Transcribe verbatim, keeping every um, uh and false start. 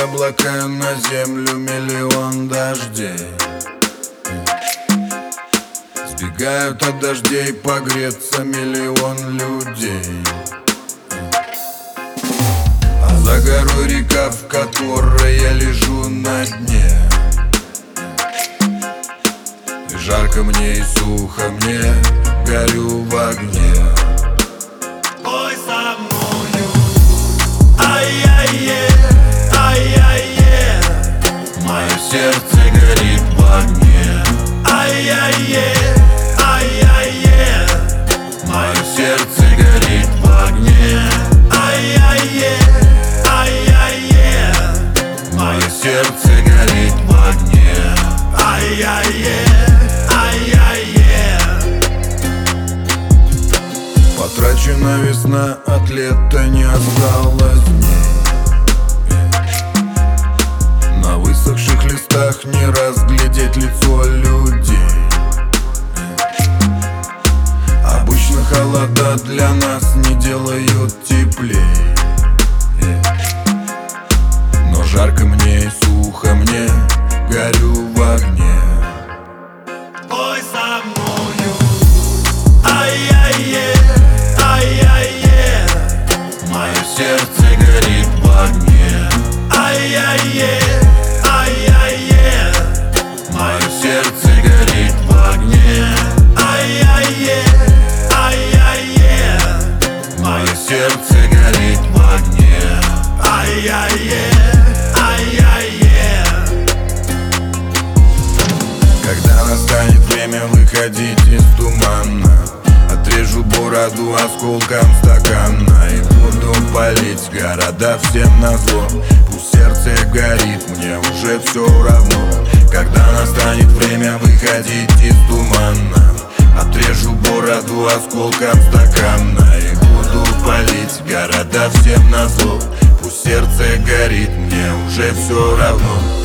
облака, на землю миллион дождей. Сбегают от дождей погреться миллион людей. А за горой река, в которой я лежу на дне. И жарко мне и сухо мне, горю в огне. Ой, со мною, ай-яй-е, ай-яй-е, Мое сердце горит в огне. ай-яй-е, ай-яй-е, Мое сердце горит в огне. ай-яй-е, ай-яй-е, Мое сердце горит в огне. ай-яй-е, ай-яй-е. Потрачена весна, от лета не осталось дней. На высохших листах не разглядеть лицо людей. Обычно холода для нас не делают теплей. Но жарко мне и сухо мне, горю в огне. Ой, со мною, ай-яй-е, ай-яй-е, Мое сердце горит в огне. ай-яй-е, ай-яй-е, Мое сердце горит в огне. ай-яй-е, ай-яй-е, Мое сердце горит в огне. ай-яй-е, ай-яй-е. Когда настанет время выходить из тумана, отрежу бороду осколком стакана и буду палить города всем назло. Пусть сердце горит, мне уже все равно. Когда настанет время выходить из тумана, отрежу бороду осколком стакана и буду палить города всем назло. Пусть сердце горит, мне уже все равно.